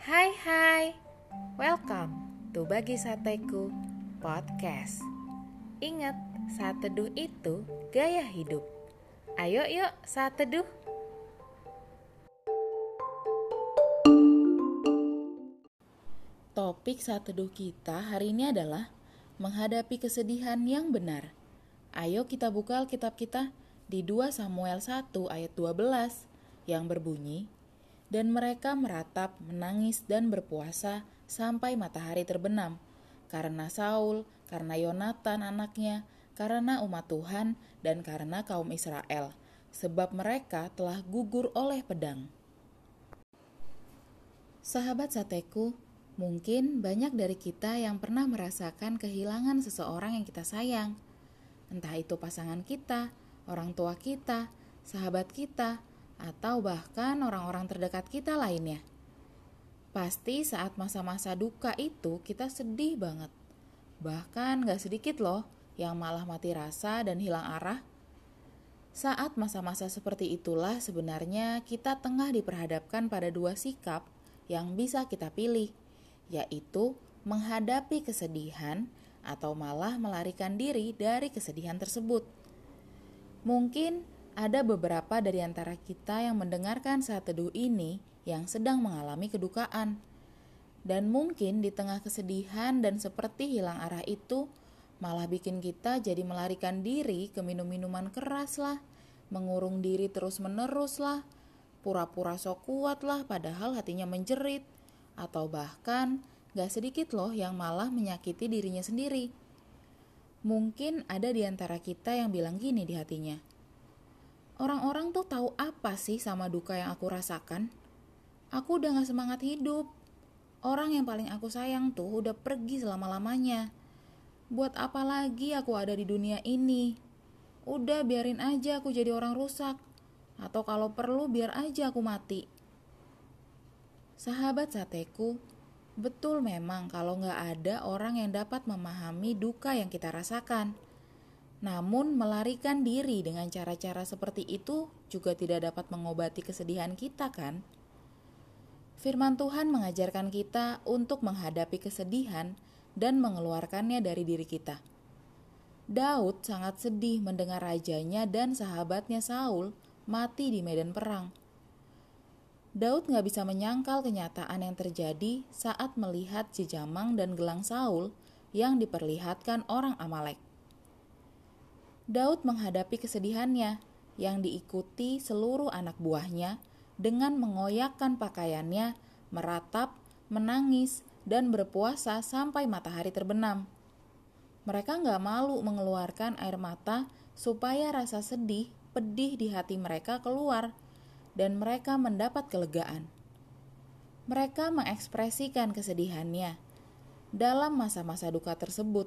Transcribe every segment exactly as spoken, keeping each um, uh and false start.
Hai hai, welcome to Bagi Sateku Podcast. Ingat, saat teduh itu gaya hidup. Ayo yuk saat teduh. Topik saat teduh kita hari ini adalah menghadapi kesedihan yang benar. Ayo kita buka Alkitab kita di dua Samuel satu ayat dua belas yang berbunyi, dan mereka meratap, menangis dan berpuasa sampai matahari terbenam, karena Saul, karena Yonatan anaknya, karena umat Tuhan, dan karena kaum Israel, sebab mereka telah gugur oleh pedang. Sahabat sateku, mungkin banyak dari kita yang pernah merasakan kehilangan seseorang yang kita sayang. Entah itu pasangan kita, orang tua kita, sahabat kita, atau bahkan orang-orang terdekat kita lainnya. Pasti saat masa-masa duka itu kita sedih banget. Bahkan gak sedikit loh yang malah mati rasa dan hilang arah. Saat masa-masa seperti itulah sebenarnya kita tengah diperhadapkan pada dua sikap yang bisa kita pilih, yaitu menghadapi kesedihan atau malah melarikan diri dari kesedihan tersebut. Mungkin ada beberapa dari antara kita yang mendengarkan saat teduh ini yang sedang mengalami kedukaan. Dan mungkin di tengah kesedihan dan seperti hilang arah itu, malah bikin kita jadi melarikan diri ke minum-minuman keras lah, mengurung diri terus-menerus lah, pura-pura sok kuat lah padahal hatinya menjerit, atau bahkan gak sedikit loh yang malah menyakiti dirinya sendiri. Mungkin ada di antara kita yang bilang gini di hatinya, orang-orang tuh tahu apa sih sama duka yang aku rasakan? Aku udah gak semangat hidup. Orang yang paling aku sayang tuh udah pergi selama-lamanya. Buat apa lagi aku ada di dunia ini? Udah biarin aja aku jadi orang rusak. Atau kalau perlu biar aja aku mati. Sahabat sateku, betul memang kalau gak ada orang yang dapat memahami duka yang kita rasakan. Namun melarikan diri dengan cara-cara seperti itu juga tidak dapat mengobati kesedihan kita kan? Firman Tuhan mengajarkan kita untuk menghadapi kesedihan dan mengeluarkannya dari diri kita. Daud sangat sedih mendengar rajanya dan sahabatnya Saul mati di medan perang. Daud gak bisa menyangkal kenyataan yang terjadi saat melihat jejamang dan gelang Saul yang diperlihatkan orang Amalek. Daud menghadapi kesedihannya yang diikuti seluruh anak buahnya dengan mengoyakkan pakaiannya, meratap, menangis, dan berpuasa sampai matahari terbenam. Mereka gak malu mengeluarkan air mata supaya rasa sedih, pedih di hati mereka keluar dan mereka mendapat kelegaan. Mereka mengekspresikan kesedihannya dalam masa-masa duka tersebut.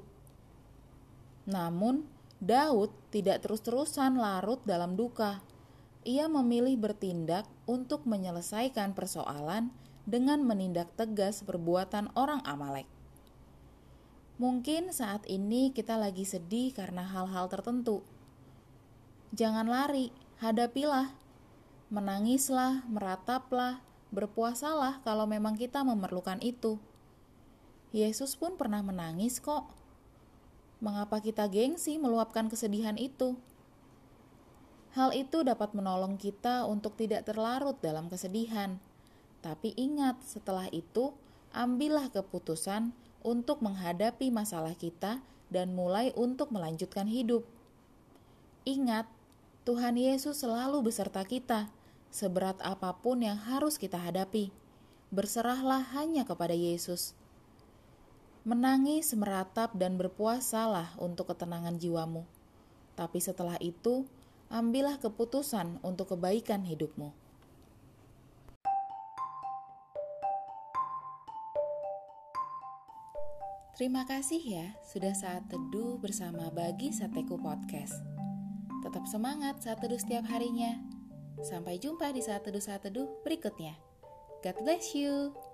Namun, Daud tidak terus-terusan larut dalam duka. Ia memilih bertindak untuk menyelesaikan persoalan dengan menindak tegas perbuatan orang Amalek. Mungkin saat ini kita lagi sedih karena hal-hal tertentu. Jangan lari, hadapilah. Menangislah, merataplah, berpuasalah kalau memang kita memerlukan itu. Yesus pun pernah menangis kok. Mengapa kita gengsi meluapkan kesedihan itu? Hal itu dapat menolong kita untuk tidak terlarut dalam kesedihan. Tapi ingat, setelah itu, ambillah keputusan untuk menghadapi masalah kita dan mulai untuk melanjutkan hidup. Ingat, Tuhan Yesus selalu beserta kita. Seberat apapun yang harus kita hadapi, berserahlah hanya kepada Yesus. Menangis, meratap, dan berpuasalah untuk ketenangan jiwamu. Tapi setelah itu, ambillah keputusan untuk kebaikan hidupmu. Terima kasih ya sudah saat teduh bersama Bagi Sateku Podcast. Tetap semangat saat teduh setiap harinya. Sampai jumpa di saat teduh-saat teduh berikutnya. God bless you.